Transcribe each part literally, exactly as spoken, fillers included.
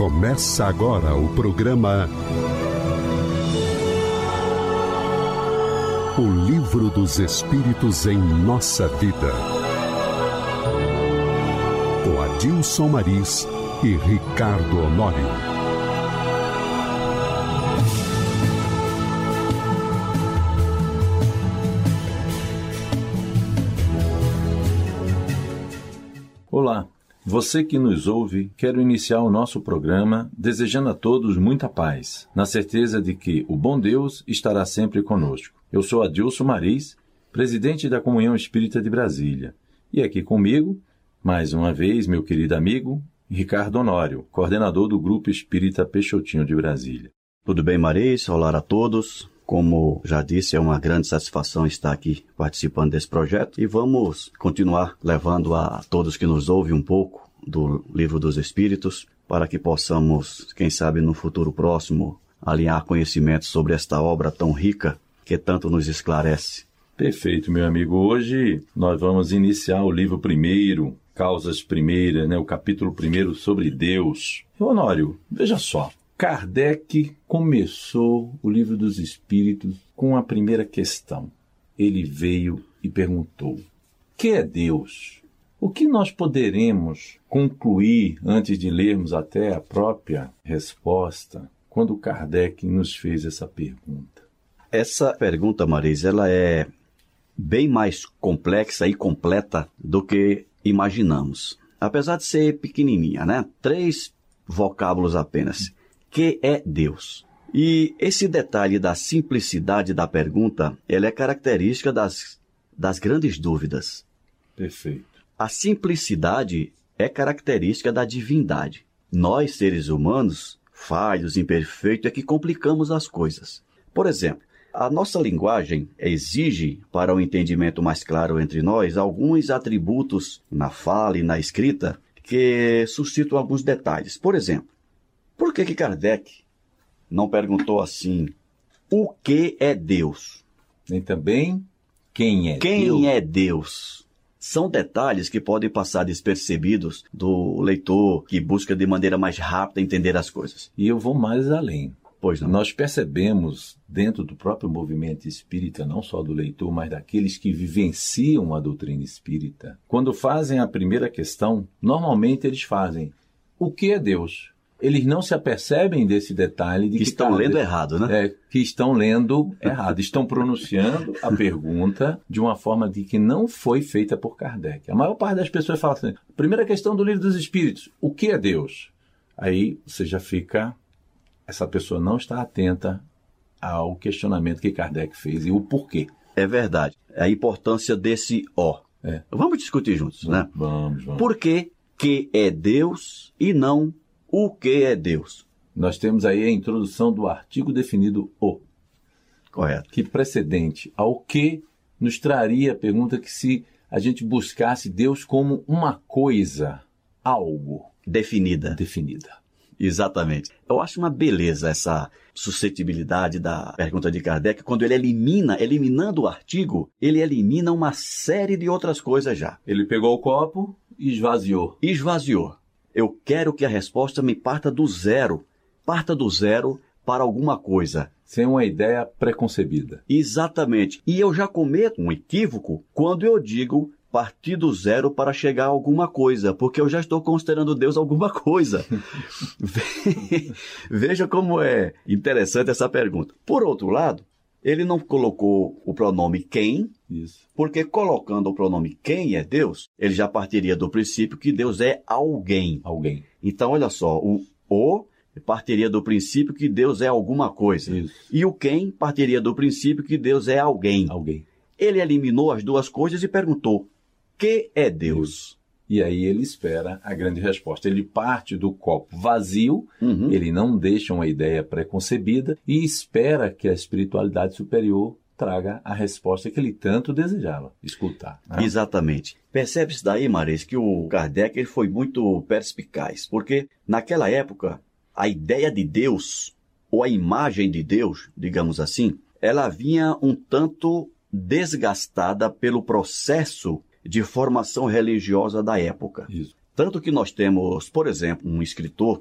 Começa agora o programa O Livro dos Espíritos em Nossa Vida. Com Adilson Maris e Ricardo Honório. Olá, você que nos ouve, quero iniciar o nosso programa desejando a todos muita paz, na certeza de que o bom Deus estará sempre conosco. Eu sou Adilson Maris, presidente da Comunhão Espírita de Brasília, e aqui comigo, mais uma vez, meu querido amigo, Ricardo Honório, coordenador do Grupo Espírita Peixotinho de Brasília. Tudo bem, Maris? Olá a todos. Como já disse, é uma grande satisfação estar aqui participando desse projeto e vamos continuar levando a todos que nos ouvem um pouco do Livro dos Espíritos para que possamos, quem sabe no futuro próximo, alinhar conhecimentos sobre esta obra tão rica que tanto nos esclarece. Perfeito, meu amigo. Hoje nós vamos iniciar o livro primeiro, Causas Primeiras, né? O capítulo primeiro sobre Deus. Honório, veja só. Kardec começou o Livro dos Espíritos com a primeira questão. Ele veio e perguntou: que é Deus? O que nós poderemos concluir antes de lermos até a própria resposta quando Kardec nos fez essa pergunta? Essa pergunta, Maris, ela é bem mais complexa e completa do que imaginamos. Apesar de ser pequenininha, né? Três vocábulos apenas. Que é Deus? E esse detalhe da simplicidade da pergunta, ela é característica das, das grandes dúvidas. Perfeito. A simplicidade é característica da divindade. Nós, seres humanos, falhos, imperfeitos, é que complicamos as coisas. Por exemplo, a nossa linguagem exige, para um entendimento mais claro entre nós, alguns atributos na fala e na escrita que suscitam alguns detalhes. Por exemplo, por que que Kardec não perguntou assim, o que é Deus? Nem também, quem é quem Deus? Quem é Deus? São detalhes que podem passar despercebidos do leitor que busca de maneira mais rápida entender as coisas. E eu vou mais além. Pois não. Nós percebemos dentro do próprio movimento espírita, não só do leitor, mas daqueles que vivenciam a doutrina espírita, quando fazem a primeira questão, normalmente eles fazem, o que é Deus? Eles não se apercebem desse detalhe de que, que estão Kardec, lendo errado, né? É, que estão lendo errado, estão pronunciando a pergunta de uma forma de que não foi feita por Kardec. A maior parte das pessoas fala assim, primeira questão do Livro dos Espíritos, o que é Deus? Aí você já fica, essa pessoa não está atenta ao questionamento que Kardec fez e o porquê. É verdade, a importância desse ó. É. Vamos discutir juntos, vamos, né? Vamos, vamos. Por que que é Deus e não o que é Deus? Nós temos aí a introdução do artigo definido o. Correto. Que precedente ao que nos traria a pergunta que se a gente buscasse Deus como uma coisa, algo. Definida. Definida. Exatamente. Eu acho uma beleza essa suscetibilidade da pergunta de Kardec, quando ele elimina, eliminando o artigo, ele elimina uma série de outras coisas já. Ele pegou o copo e esvaziou. Esvaziou. Eu quero que a resposta me parta do zero. Parta do zero para alguma coisa. Sem uma ideia preconcebida. Exatamente. E eu já cometo um equívoco quando eu digo partir do zero para chegar a alguma coisa, porque eu já estou considerando Deus alguma coisa. Veja como é interessante essa pergunta. Por outro lado, ele não colocou o pronome quem, Isso. porque colocando o pronome quem é Deus, ele já partiria do princípio que Deus é alguém. Alguém. Então, olha só, o o partiria do princípio que Deus é alguma coisa. Isso. E o quem partiria do princípio que Deus é alguém. Alguém. Ele eliminou as duas coisas e perguntou, que é Deus? Deus. E aí ele espera a grande resposta. Ele parte do copo vazio, uhum. ele não deixa uma ideia preconcebida e espera que a espiritualidade superior traga a resposta que ele tanto desejava escutar. Né? Exatamente. Percebe-se daí, Maris, que o Kardec ele foi muito perspicaz, porque naquela época a ideia de Deus, ou a imagem de Deus, digamos assim, ela vinha um tanto desgastada pelo processo de formação religiosa da época. Isso. Tanto que nós temos, por exemplo, um escritor que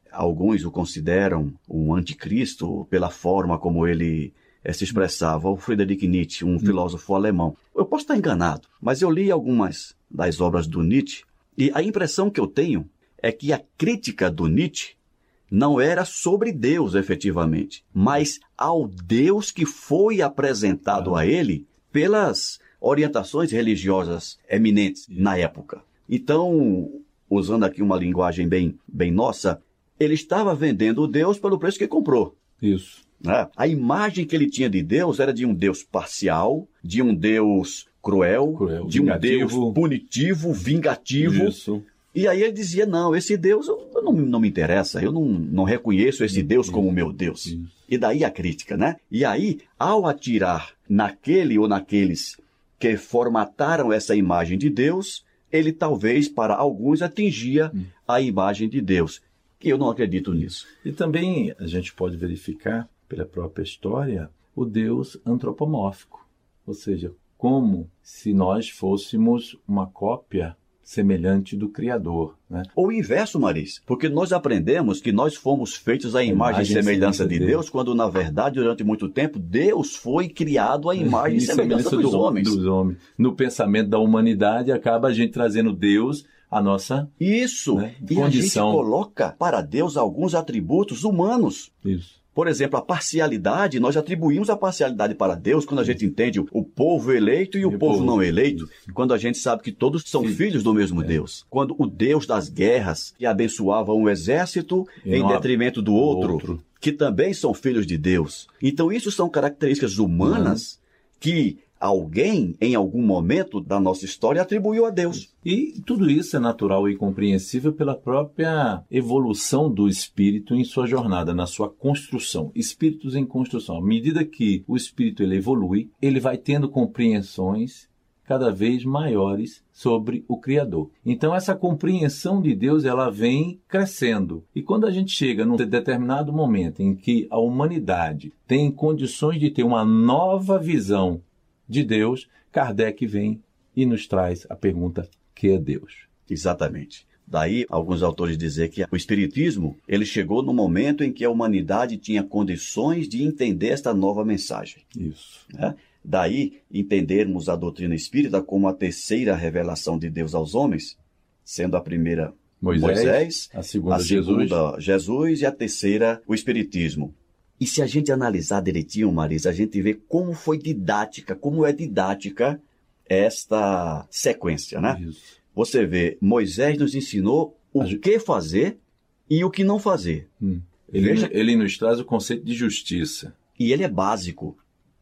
alguns o consideram um anticristo pela forma como ele eh, se expressava. O Friedrich Nietzsche, um hum. filósofo alemão. Eu posso estar enganado, mas eu li algumas das obras do Nietzsche e a impressão que eu tenho é que a crítica do Nietzsche não era sobre Deus, efetivamente, mas ao Deus que foi apresentado a ele pelas orientações religiosas eminentes na época. Então, usando aqui uma linguagem bem, bem nossa, ele estava vendendo o Deus pelo preço que comprou. Isso. Né? A imagem que ele tinha de Deus era de um Deus parcial, de um Deus cruel, cruel de um vingativo. Deus punitivo, vingativo. Isso. E aí ele dizia, não, esse Deus eu não, não me interessa, eu não, não reconheço esse Deus Isso. como meu Deus. Isso. E daí a crítica, né? E aí, ao atirar naquele ou naqueles que formataram essa imagem de Deus, ele talvez, para alguns, atingia hum. a imagem de Deus. Que eu não acredito nisso. E também a gente pode verificar, pela própria história, o Deus antropomórfico. Ou seja, como se nós fôssemos uma cópia semelhante do Criador, né? Ou o inverso, Maris, porque nós aprendemos que nós fomos feitos à imagem, imagem e semelhança de Deus, Deus, quando na verdade, durante muito tempo, Deus foi criado à imagem e semelhança dos do, homens. dos homens. No pensamento da humanidade, acaba a gente trazendo Deus à nossa Isso, né, e condição. A gente coloca para Deus alguns atributos humanos. Isso. Por exemplo, a parcialidade, nós atribuímos a parcialidade para Deus quando a gente entende o povo eleito e o, e o povo, povo não eleito, quando a gente sabe que todos são Sim. filhos do mesmo é. Deus. Quando o Deus das guerras, que abençoava um exército e em detrimento do outro, outro, que também são filhos de Deus. Então, isso são características humanas uhum. que alguém, em algum momento da nossa história, atribuiu a Deus. E tudo isso é natural e compreensível pela própria evolução do espírito em sua jornada, na sua construção. Espíritos em construção. À medida que o espírito ele evolui, ele vai tendo compreensões cada vez maiores sobre o Criador. Então, essa compreensão de Deus, ela vem crescendo. E quando a gente chega num determinado momento em que a humanidade tem condições de ter uma nova visão de Deus, Kardec vem e nos traz a pergunta: que é Deus? Exatamente. Daí, alguns autores dizem que o Espiritismo ele chegou no momento em que a humanidade tinha condições de entender esta nova mensagem. Isso. Né? Daí, entendermos a doutrina espírita como a terceira revelação de Deus aos homens, sendo a primeira Moisés, Moisés a segunda, a segunda Jesus. Jesus e a terceira o Espiritismo. E se a gente analisar direitinho, Marisa, a gente vê como foi didática, como é didática esta sequência, né? Isso. Você vê, Moisés nos ensinou o a que fazer e o que não fazer. Hum. Ele, Veja... ele nos traz o conceito de justiça. E ele é básico.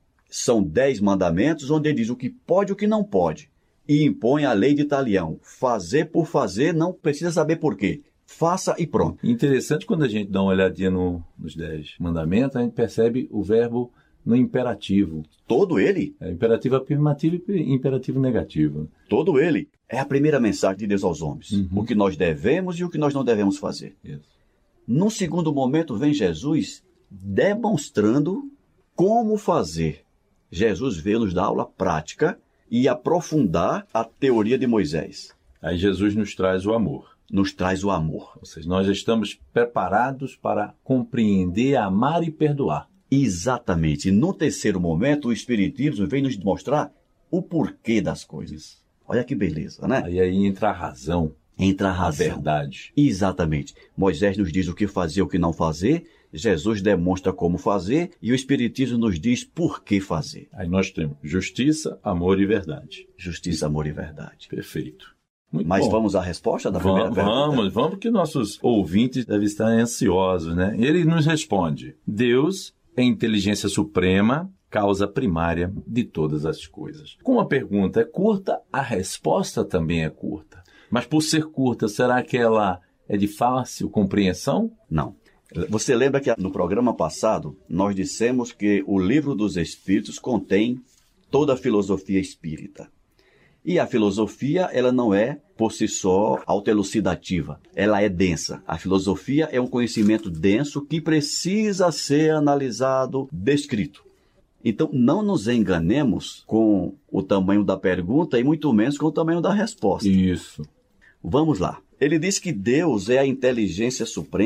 São dez mandamentos onde ele diz o que pode e o que não pode. E impõe a lei de Talião. Fazer por fazer, não precisa saber por quê. Faça e pronto. Interessante, quando a gente dá uma olhadinha no, nos dez mandamentos, a gente percebe o verbo no imperativo. Todo ele? É imperativo afirmativo e imperativo negativo. Todo ele. É a primeira mensagem de Deus aos homens. Uhum. O que nós devemos e o que nós não devemos fazer. Isso. Num segundo momento vem Jesus demonstrando como fazer. Jesus veio nos dar aula prática e aprofundar a teoria de Moisés. Aí Jesus nos traz o amor. Nos traz o amor. Ou seja, nós estamos preparados para compreender, amar e perdoar. Exatamente. E no terceiro momento, o Espiritismo vem nos mostrar o porquê das coisas. Olha que beleza, né? Aí, aí entra a razão. Entra a razão. A verdade. Exatamente. Moisés nos diz o que fazer e o que não fazer. Jesus demonstra como fazer. E o Espiritismo nos diz por que fazer. Aí nós temos justiça, amor e verdade. Justiça, amor e verdade. Perfeito. Muito Mas bom. Vamos à resposta da vamos, primeira pergunta? Vamos, vamos, porque nossos ouvintes devem estar ansiosos, né? Ele nos responde: Deus é inteligência suprema, causa primária de todas as coisas. Como a pergunta é curta, a resposta também é curta. Mas por ser curta, será que ela é de fácil compreensão? Não. Você lembra que no programa passado nós dissemos que o Livro dos Espíritos contém toda a filosofia espírita. E a filosofia, ela não é, por si só, autoelucidativa. Ela é densa. A filosofia é um conhecimento denso que precisa ser analisado, descrito. Então, não nos enganemos com o tamanho da pergunta e muito menos com o tamanho da resposta. Isso. Vamos lá. Ele diz que Deus é a inteligência suprema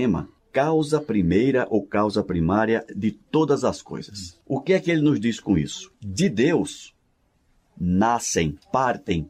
causa primeira ou causa primária de todas as coisas. O que é que ele nos diz com isso? De Deus nascem, partem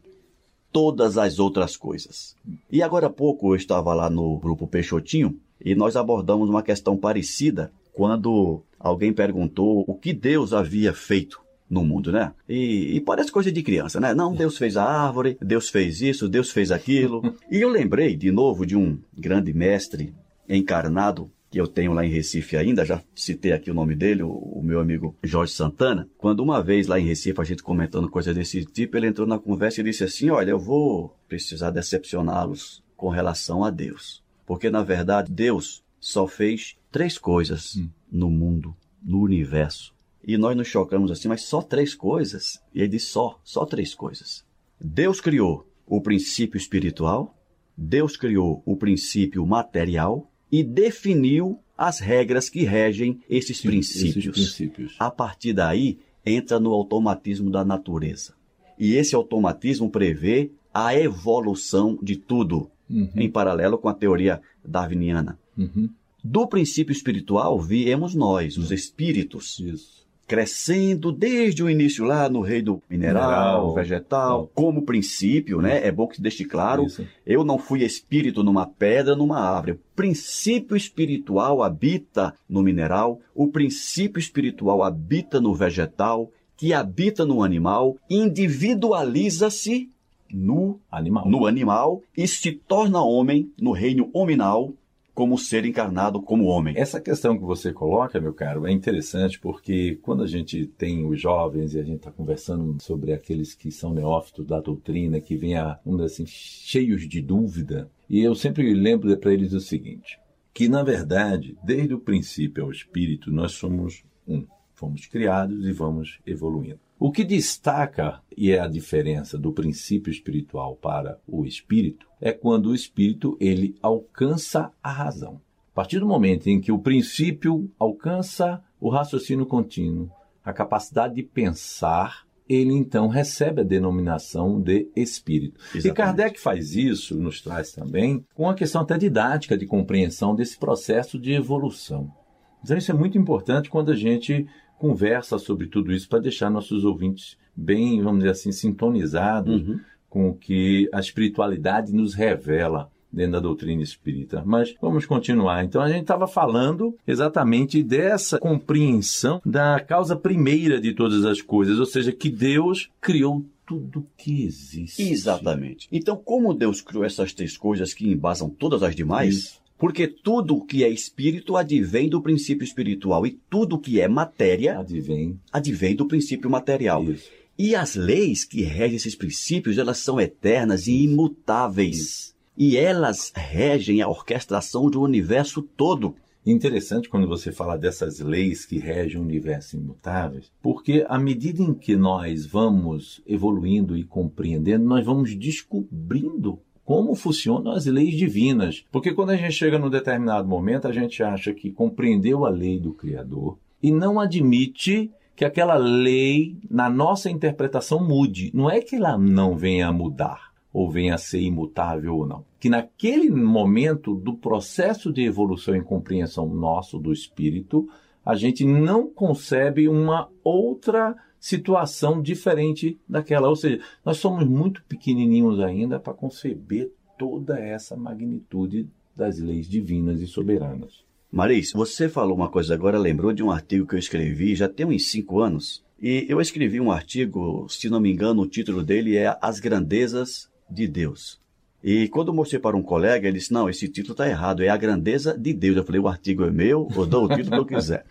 todas as outras coisas. E agora há pouco eu estava lá no grupo Peixotinho e nós abordamos uma questão parecida quando alguém perguntou o que Deus havia feito no mundo, né? E, e parece coisa de criança, né? Não, Deus fez a árvore, Deus fez isso, Deus fez aquilo. E eu lembrei de novo de um grande mestre encarnado que eu tenho lá em Recife ainda, já citei aqui o nome dele, o, o meu amigo Jorge Santana. Quando uma vez lá em Recife, a gente comentando coisa desse tipo, ele entrou na conversa e disse assim, olha, eu vou precisar decepcioná-los com relação a Deus. Porque, na verdade, Deus só fez três coisas hum. no mundo, no universo. E nós nos chocamos assim, mas só três coisas? E ele disse só, só três coisas. Deus criou o princípio espiritual, Deus criou o princípio material, e definiu as regras que regem esses, Sim, princípios. esses princípios. A partir daí, entra no automatismo da natureza. E esse automatismo prevê a evolução de tudo, uhum. em paralelo com a teoria darwiniana. Uhum. Do princípio espiritual, viemos nós, os espíritos, Isso. crescendo desde o início lá no reino mineral, mineral vegetal, oh. como princípio, né? É bom que deixe claro, Isso. eu não fui espírito numa pedra, numa árvore. O princípio espiritual habita no mineral, o princípio espiritual habita no vegetal, que habita no animal, individualiza-se no animal. no animal e se torna homem no reino hominal, como ser encarnado como homem. Essa questão que você coloca, meu caro, é interessante porque quando a gente tem os jovens e a gente está conversando sobre aqueles que são neófitos da doutrina, que vêm, a, um, assim, cheios de dúvida, e eu sempre lembro para eles o seguinte, que na verdade, desde o princípio ao espírito, nós somos um. Fomos criados e vamos evoluindo. O que destaca, e é a diferença do princípio espiritual para o espírito, é quando o espírito ele alcança a razão. A partir do momento em que o princípio alcança o raciocínio contínuo, a capacidade de pensar, ele então recebe a denominação de espírito. Exatamente. E Kardec faz isso, nos traz também, com a questão até didática de compreensão desse processo de evolução. Então isso é muito importante quando a gente conversa sobre tudo isso para deixar nossos ouvintes bem, vamos dizer assim, sintonizados uhum. com o que a espiritualidade nos revela dentro da doutrina espírita. Mas vamos continuar. Então a gente estava falando exatamente dessa compreensão da causa primeira de todas as coisas, ou seja, que Deus criou tudo que existe. Exatamente. Então, como Deus criou essas três coisas que embasam todas as demais... Isso. Porque tudo que é espírito advém do princípio espiritual e tudo que é matéria advém, advém do princípio material. Isso. E as leis que regem esses princípios, elas são eternas e imutáveis. Isso. E elas regem a orquestração do universo todo. Interessante quando você fala dessas leis que regem o universo imutáveis, porque à medida em que nós vamos evoluindo e compreendendo, nós vamos descobrindo como funcionam as leis divinas. Porque quando a gente chega num determinado momento, a gente acha que compreendeu a lei do Criador e não admite que aquela lei, na nossa interpretação, mude. Não é que ela não venha a mudar ou venha a ser imutável ou não. Que naquele momento do processo de evolução e compreensão nosso do espírito, a gente não concebe uma outra situação diferente daquela. Ou seja, nós somos muito pequenininhos ainda para conceber toda essa magnitude das leis divinas e soberanas. Maris, você falou uma coisa agora, lembrou de um artigo que eu escrevi já tem uns cinco anos. E eu escrevi um artigo, se não me engano, o título dele é As Grandezas de Deus. E quando eu mostrei para um colega, ele disse, não, esse título está errado, é A Grandeza de Deus. Eu falei, o artigo é meu, eu dou o título que eu quiser.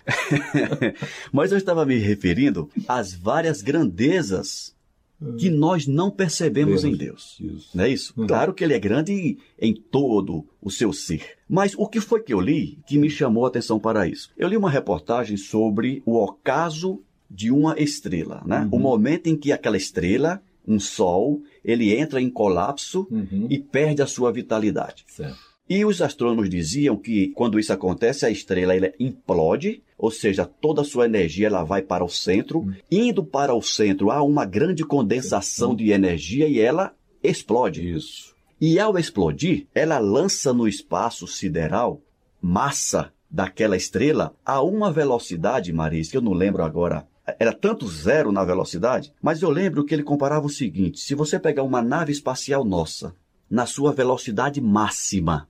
Mas eu estava me referindo às várias grandezas que nós não percebemos Deus, em Deus. Isso. Não é isso? Uhum. Claro que ele é grande em todo o seu ser. Mas o que foi que eu li que me chamou a atenção para isso? Eu li uma reportagem sobre o ocaso de uma estrela, né? Uhum. O momento em que aquela estrela, um sol, ele entra em colapso uhum. e perde a sua vitalidade. Certo. E os astrônomos diziam que quando isso acontece, a estrela ela implode, ou seja, toda a sua energia ela vai para o centro. Uhum. Indo para o centro, há uma grande condensação uhum. de energia e ela explode. Isso. E ao explodir, ela lança no espaço sideral massa daquela estrela a uma velocidade, Maris, que eu não lembro agora, era tanto zero na velocidade, mas eu lembro que ele comparava o seguinte: se você pegar uma nave espacial nossa, na sua velocidade máxima,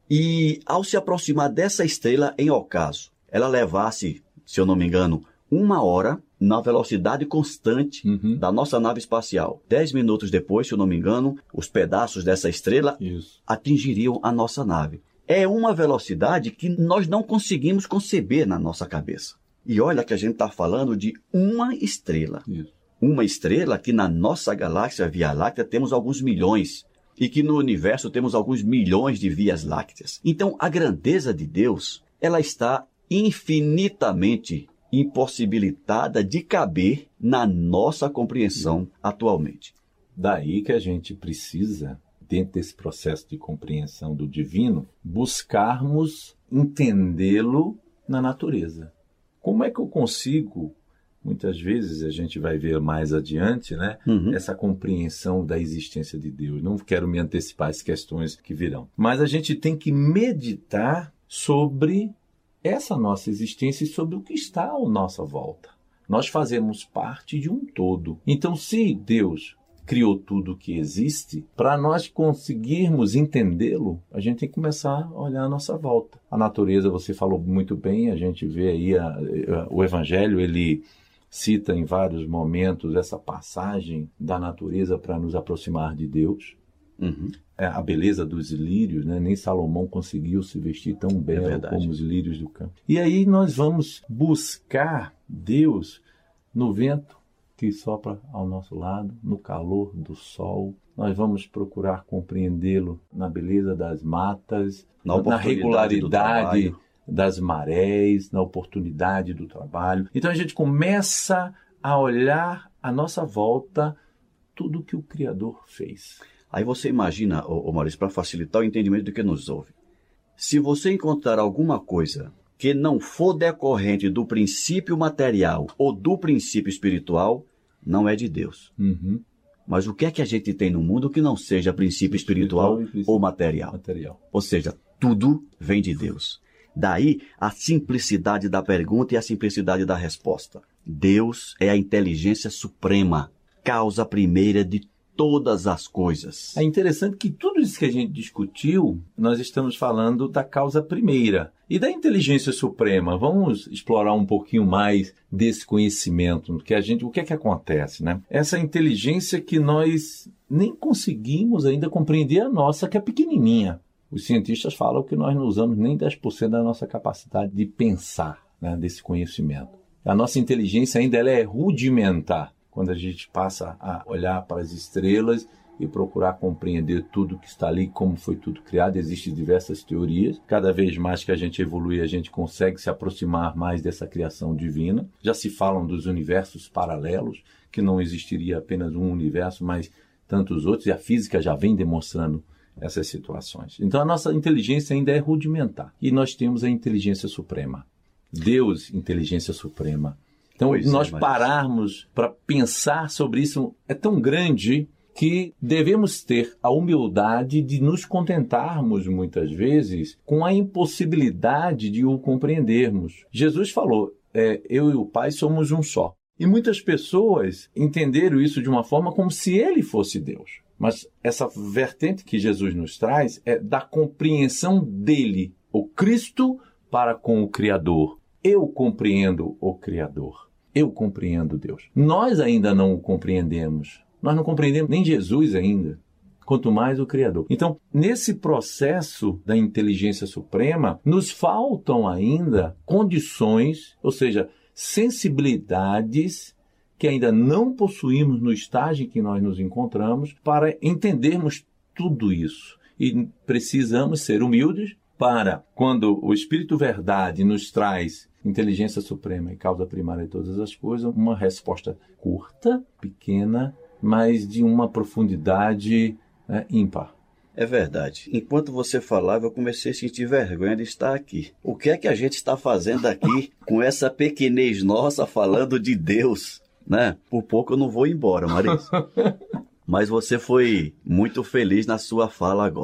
e ao se aproximar dessa estrela, em ocaso, ela levasse, se eu não me engano, uma hora na velocidade constante uhum. da nossa nave espacial. Dez minutos depois, se eu não me engano, os pedaços dessa estrela Isso. atingiriam a nossa nave. É uma velocidade que nós não conseguimos conceber na nossa cabeça. E olha que a gente está falando de uma estrela. Isso. Uma estrela que na nossa galáxia Via Láctea temos alguns milhões. E que no universo temos alguns milhões de vias lácteas. Então, a grandeza de Deus, ela está infinitamente impossibilitada de caber na nossa compreensão atualmente. Daí que a gente precisa, dentro desse processo de compreensão do divino, buscarmos entendê-lo na natureza. Como é que eu consigo, muitas vezes a gente vai ver mais adiante, né, uhum. essa compreensão da existência de Deus? Não quero me antecipar às questões que virão. Mas a gente tem que meditar sobre essa nossa existência e sobre o que está à nossa volta. Nós fazemos parte de um todo. Então, se Deus criou tudo que existe, para nós conseguirmos entendê-lo, a gente tem que começar a olhar a nossa volta. A natureza, você falou muito bem, a gente vê aí a, a, o Evangelho, ele cita em vários momentos essa passagem da natureza para nos aproximar de Deus. Uhum. A beleza dos lírios, né? Nem Salomão conseguiu se vestir tão belo é como os lírios do campo. E aí nós vamos buscar Deus no vento que sopra ao nosso lado, no calor do sol. Nós vamos procurar compreendê-lo na beleza das matas, na, na regularidade das marés, na oportunidade do trabalho. Então a gente começa a olhar à nossa volta tudo que o Criador fez. Aí você imagina, ô, ô Maurício, para facilitar o entendimento do que nos ouve. Se você encontrar alguma coisa que não for decorrente do princípio material ou do princípio espiritual, não é de Deus. Uhum. Mas o que é que a gente tem no mundo que não seja princípio espiritual, espiritual princípio ou material? material? Ou seja, tudo vem de Deus. Daí a simplicidade da pergunta e a simplicidade da resposta. Deus é a inteligência suprema, causa primeira de todas as coisas. É interessante que tudo isso que a gente discutiu, nós estamos falando da causa primeira e da inteligência suprema. Vamos explorar um pouquinho mais desse conhecimento, que a gente, o que é que acontece, né? Essa inteligência que nós nem conseguimos ainda compreender a nossa, que é pequenininha. Os cientistas falam que nós não usamos nem dez por cento da nossa capacidade de pensar, né, desse conhecimento. A nossa inteligência ainda ela é rudimentar. Quando a gente passa a olhar para as estrelas e procurar compreender tudo que está ali, como foi tudo criado, existem diversas teorias. Cada vez mais que a gente evolui, a gente consegue se aproximar mais dessa criação divina. Já se falam dos universos paralelos, que não existiria apenas um universo, mas tantos outros, e a física já vem demonstrando essas situações. Então a nossa inteligência ainda é rudimentar. E nós temos a inteligência suprema. Deus, inteligência suprema. Então, pois nós é, mas... pararmos para pensar sobre isso é tão grande que devemos ter a humildade de nos contentarmos, muitas vezes, com a impossibilidade de o compreendermos. Jesus falou, é, eu e o Pai somos um só. E muitas pessoas entenderam isso de uma forma como se ele fosse Deus. Mas essa vertente que Jesus nos traz é da compreensão dele, o Cristo para com o Criador. Eu compreendo o Criador. Eu compreendo Deus. Nós ainda não o compreendemos. Nós não compreendemos nem Jesus ainda, quanto mais o Criador. Então, nesse processo da inteligência suprema, nos faltam ainda condições, ou seja, sensibilidades que ainda não possuímos no estágio em que nós nos encontramos para entendermos tudo isso. E precisamos ser humildes para, quando o Espírito Verdade nos traz inteligência suprema e causa primária de todas as coisas, uma resposta curta, pequena, mas de uma profundidade né, ímpar. É verdade. Enquanto você falava, eu comecei a sentir vergonha de estar aqui. O que é que a gente está fazendo aqui com essa pequenez nossa falando de Deus? Né? Por pouco eu não vou embora, Maris. Mas você foi muito feliz na sua fala agora.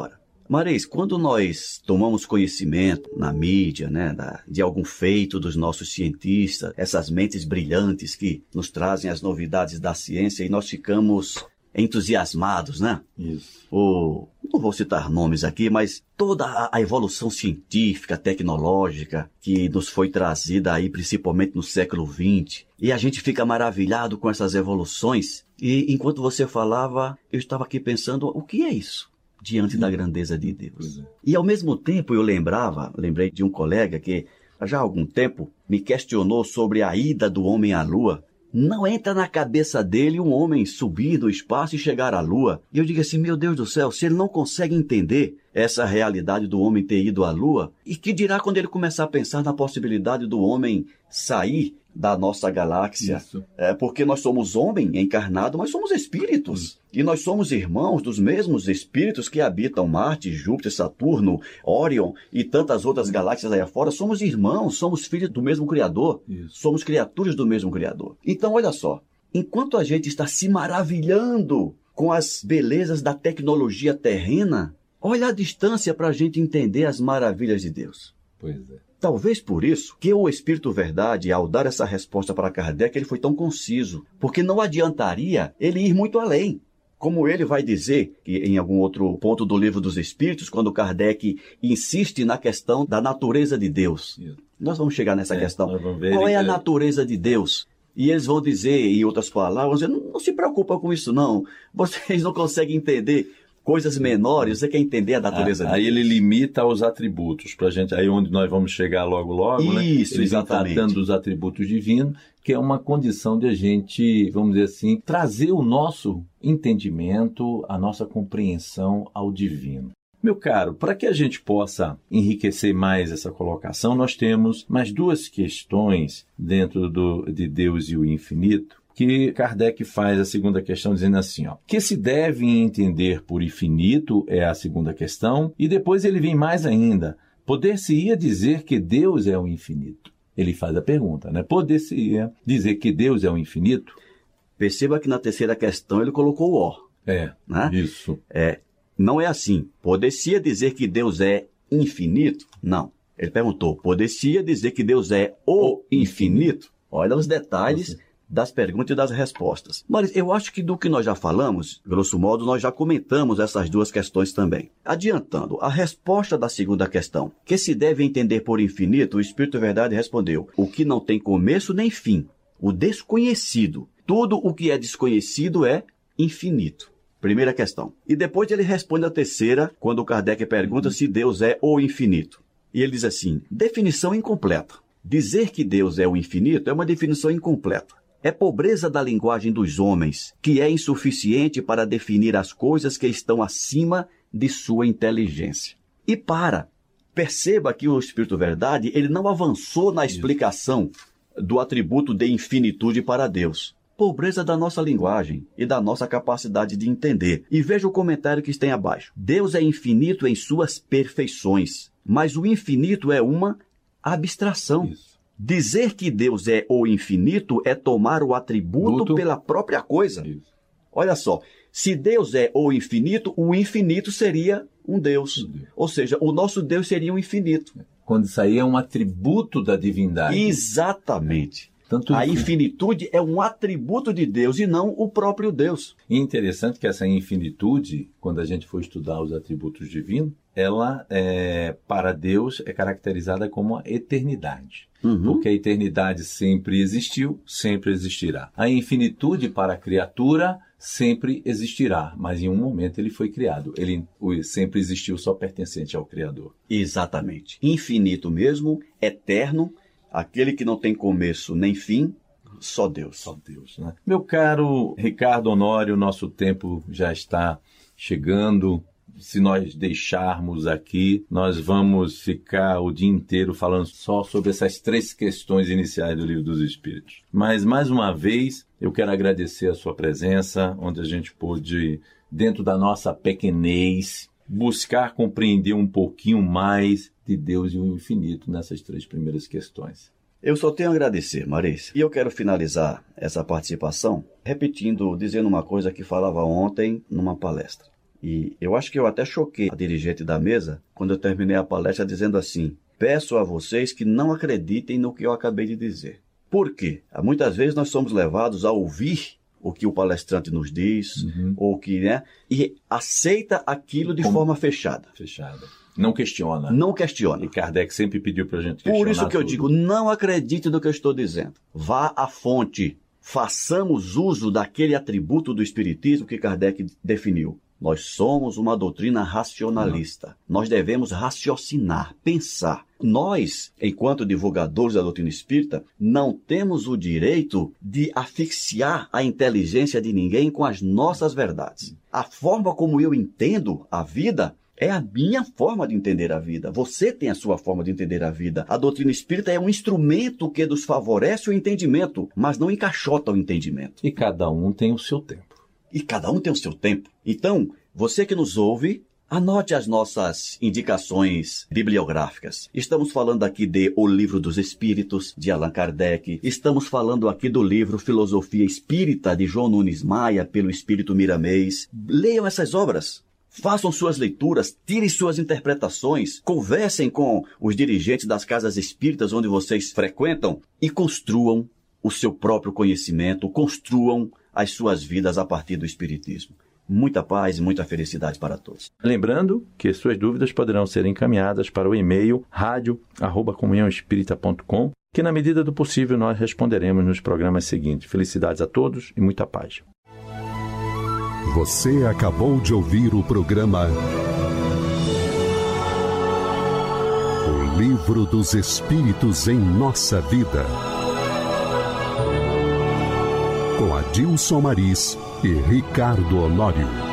Maris, quando nós tomamos conhecimento na mídia, né, da, de algum feito dos nossos cientistas, essas mentes brilhantes que nos trazem as novidades da ciência e nós ficamos entusiasmados, né? Isso. O, não vou citar nomes aqui, mas toda a, a evolução científica, tecnológica que nos foi trazida aí, principalmente no século vinte, e a gente fica maravilhado com essas evoluções. E enquanto você falava, eu estava aqui pensando, o que é isso diante da grandeza de Deus? É. E ao mesmo tempo eu lembrava, lembrei de um colega que já há algum tempo me questionou sobre a ida do homem à Lua. Não entra na cabeça dele um homem subir do espaço e chegar à Lua. E eu digo assim, meu Deus do céu, se ele não consegue entender essa realidade do homem ter ido à Lua, e que dirá quando ele começar a pensar na possibilidade do homem sair da nossa galáxia? Isso. É, porque nós somos homem encarnado, mas somos espíritos. Isso. E nós somos irmãos dos mesmos espíritos que habitam Marte, Júpiter, Saturno, Órion e tantas outras galáxias aí afora. Somos irmãos, somos filhos do mesmo Criador. Isso. Somos criaturas do mesmo Criador. Então, olha só, enquanto a gente está se maravilhando com as belezas da tecnologia terrena, olha a distância para a gente entender as maravilhas de Deus. Pois é. Talvez por isso que o Espírito Verdade, ao dar essa resposta para Kardec, ele foi tão conciso, porque não adiantaria ele ir muito além. Como ele vai dizer, que em algum outro ponto do Livro dos Espíritos, quando Kardec insiste na questão da natureza de Deus. Isso. Nós vamos chegar nessa É, questão. nós vamos ver Qual é a que- natureza de Deus? E eles vão dizer, em outras palavras, não, não se preocupa com isso não. Vocês não conseguem entender coisas menores, você quer entender a natureza Ah, de aí Deus. ele limita aos atributos, pra gente, aí onde nós vamos chegar logo logo, né? Isso, Ele vem exatamente. tratando dos atributos divinos, que é uma condição de a gente, vamos dizer assim, trazer o nosso entendimento, a nossa compreensão ao divino. Meu caro, para que a gente possa enriquecer mais essa colocação, nós temos mais duas questões dentro do, de Deus e o infinito, que Kardec faz a segunda questão dizendo assim, ó, que se deve entender por infinito é a segunda questão, e depois ele vem mais ainda, poder-se-ia dizer que Deus é o infinito? Ele faz a pergunta, né? Poder-se-ia dizer que Deus é o infinito? Perceba que na terceira questão ele colocou o ó. É, Né? isso. É, não é assim. Poder-se dizer que Deus é infinito? Não. Ele perguntou, poder-se dizer que Deus é o infinito? Olha os detalhes Você. das perguntas e das respostas. Mas eu acho que do que nós já falamos, grosso modo, nós já comentamos essas duas questões também. Adiantando, a resposta da segunda questão, que se deve entender por infinito, o Espírito Verdade respondeu, o que não tem começo nem fim, o desconhecido. Tudo o que é desconhecido é infinito. Primeira questão. E depois ele responde a terceira, quando Kardec pergunta se Deus é o infinito. E ele diz assim, definição incompleta. Dizer que Deus é o infinito é uma definição incompleta. É pobreza da linguagem dos homens, que é insuficiente para definir as coisas que estão acima de sua inteligência. E para, perceba que o Espírito Verdade, ele não avançou na explicação do atributo de infinitude para Deus. Pobreza da nossa linguagem e da nossa capacidade de entender. E veja o comentário que está abaixo. Deus é infinito em suas perfeições, mas o infinito é uma abstração. Isso. Dizer que Deus é o infinito é tomar o atributo Duto. pela própria coisa. Isso. Olha só, se Deus é o infinito, o infinito seria um Deus. Um Deus. Ou seja, o nosso Deus seria um infinito. Quando isso aí é um atributo da divindade. Exatamente. Tanto A infin- infinitude é um atributo de Deus e não o próprio Deus. E interessante que essa infinitude, quando a gente for estudar os atributos divinos, ela, é, para Deus, é caracterizada como a eternidade. Uhum. Porque a eternidade sempre existiu, sempre existirá. A infinitude para a criatura sempre existirá, mas em um momento ele foi criado. Ele o- sempre existiu só pertencente ao Criador. Exatamente. Infinito mesmo, eterno, aquele que não tem começo nem fim, só Deus. Só Deus, né? Meu caro Ricardo Honório, nosso tempo já está chegando. Se nós deixarmos aqui, nós vamos ficar o dia inteiro falando só sobre essas três questões iniciais do Livro dos Espíritos. Mas, mais uma vez, eu quero agradecer a sua presença, onde a gente pôde, dentro da nossa pequenez, buscar compreender um pouquinho mais de Deus e o infinito nessas três primeiras questões. Eu só tenho a agradecer, Marisa. E eu quero finalizar essa participação repetindo, dizendo uma coisa que falava ontem numa palestra. E eu acho que eu até choquei a dirigente da mesa quando eu terminei a palestra dizendo assim: peço a vocês que não acreditem no que eu acabei de dizer. Por quê? Muitas vezes nós somos levados a ouvir o que o palestrante nos diz, uhum. ou que, né, e aceita aquilo de Como? forma fechada. Fechada. Não questiona. Não questiona. E Kardec sempre pediu para a gente questionar. Por isso que tudo. eu digo, não acredite no que eu estou dizendo. Vá à fonte. Façamos uso daquele atributo do Espiritismo que Kardec definiu. Nós somos uma doutrina racionalista. Uhum. Nós devemos raciocinar, pensar. Nós, enquanto divulgadores da doutrina espírita, não temos o direito de asfixiar a inteligência de ninguém com as nossas verdades. A forma como eu entendo a vida é a minha forma de entender a vida. Você tem a sua forma de entender a vida. A doutrina espírita é um instrumento que nos favorece o entendimento, mas não encaixota o entendimento. E cada um tem o seu tempo. E cada um tem o seu tempo. Então, você que nos ouve, anote as nossas indicações bibliográficas. Estamos falando aqui de O Livro dos Espíritos, de Allan Kardec. Estamos falando aqui do livro Filosofia Espírita, de João Nunes Maia, pelo Espírito Miramês. Leiam essas obras. Façam suas leituras, tirem suas interpretações, conversem com os dirigentes das casas espíritas onde vocês frequentam e construam o seu próprio conhecimento, construam as suas vidas a partir do Espiritismo. Muita paz e muita felicidade para todos. Lembrando que suas dúvidas poderão ser encaminhadas para o e-mail rádio arroba comunhão espírita ponto com, que na medida do possível nós responderemos nos programas seguintes. Felicidades a todos e muita paz. Você acabou de ouvir o programa O Livro dos Espíritos em Nossa Vida, com Adilson Maris e Ricardo Honório.